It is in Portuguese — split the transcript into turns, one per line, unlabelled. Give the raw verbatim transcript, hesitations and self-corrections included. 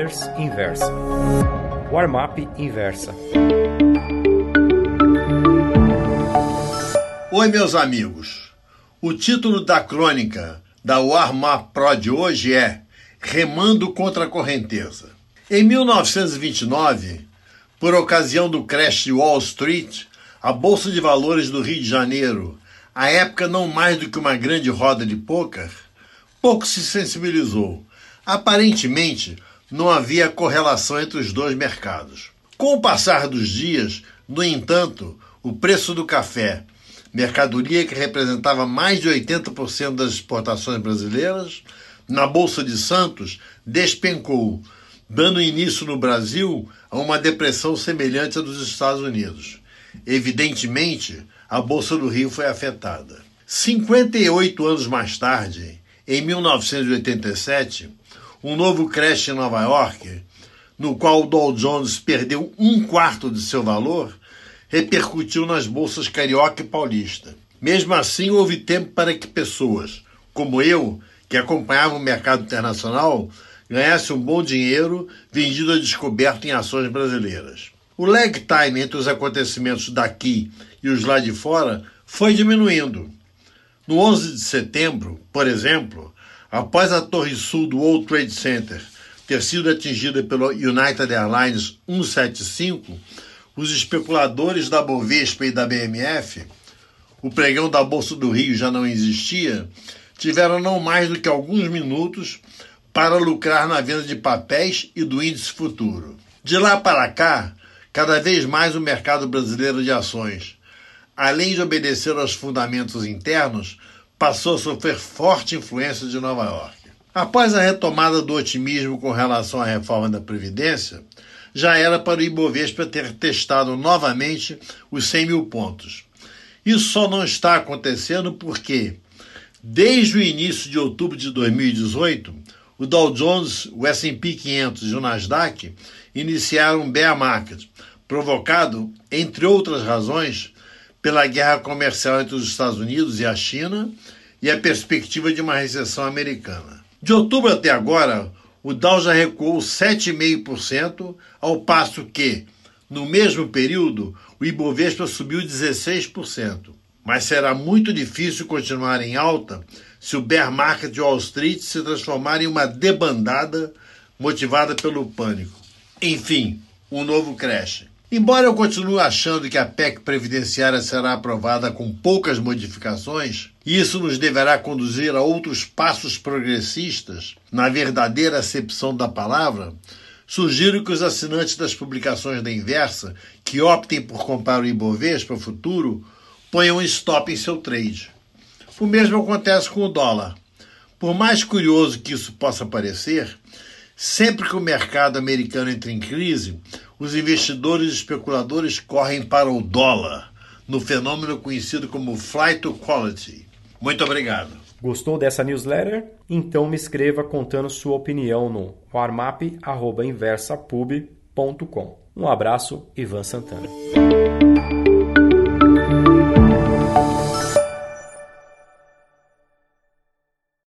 Newsletters Inversa. Warm-up Inversa.
Oi, meus amigos. O título da crônica da Warm-up Pro de hoje é Remando contra a Correnteza. Em mil novecentos e vinte e nove, por ocasião do crash de Wall Street, a Bolsa de Valores do Rio de Janeiro, à época não mais do que uma grande roda de pôquer, pouco se sensibilizou. Aparentemente, não havia correlação entre os dois mercados. Com o passar dos dias, no entanto, o preço do café, mercadoria que representava mais de oitenta por cento das exportações brasileiras, na Bolsa de Santos, despencou, dando início no Brasil a uma depressão semelhante à dos Estados Unidos. Evidentemente, a Bolsa do Rio foi afetada. cinquenta e oito anos mais tarde, em mil novecentos e oitenta e sete, um novo crash em Nova York, no qual o Dow Jones perdeu um quarto de seu valor, repercutiu nas bolsas carioca e paulista. Mesmo assim, houve tempo para que pessoas, como eu, que acompanhavam o mercado internacional, ganhassem um bom dinheiro vendido a descoberto em ações brasileiras. O lag time entre os acontecimentos daqui e os lá de fora foi diminuindo. No onze de setembro, por exemplo, após a Torre Sul do World Trade Center ter sido atingida pelo United Airlines cento e setenta e cinco, os especuladores da Bovespa e da B M F, o pregão da Bolsa do Rio já não existia, tiveram não mais do que alguns minutos para lucrar na venda de papéis e do índice futuro. De lá para cá, cada vez mais o mercado brasileiro de ações, além de obedecer aos fundamentos internos, passou a sofrer forte influência de Nova York. Após a retomada do otimismo com relação à reforma da Previdência, já era para o Ibovespa ter testado novamente os cem mil pontos. Isso só não está acontecendo porque, desde o início de outubro de dois mil e dezoito, o Dow Jones, o S e P quinhentos e o Nasdaq iniciaram um bear market, provocado, entre outras razões, pela guerra comercial entre os Estados Unidos e a China e a perspectiva de uma recessão americana. De outubro até agora, o Dow já recuou sete vírgula cinco por cento, ao passo que, no mesmo período, o Ibovespa subiu dezesseis por cento. Mas será muito difícil continuar em alta se o bear market de Wall Street se transformar em uma debandada motivada pelo pânico. Enfim, um novo crash. Embora eu continue achando que a P E C previdenciária será aprovada com poucas modificações, e isso nos deverá conduzir a outros passos progressistas, na verdadeira acepção da palavra, sugiro que os assinantes das publicações da Inversa, que optem por comprar o Ibovespa futuro, ponham um stop em seu trade. O mesmo acontece com o dólar. Por mais curioso que isso possa parecer, sempre que o mercado americano entra em crise, os investidores e especuladores correm para o dólar, no fenômeno conhecido como flight to quality. Muito obrigado.
Gostou dessa newsletter? Então me escreva contando sua opinião no warmap arroba inversapub ponto com. Um abraço, Ivan Santana.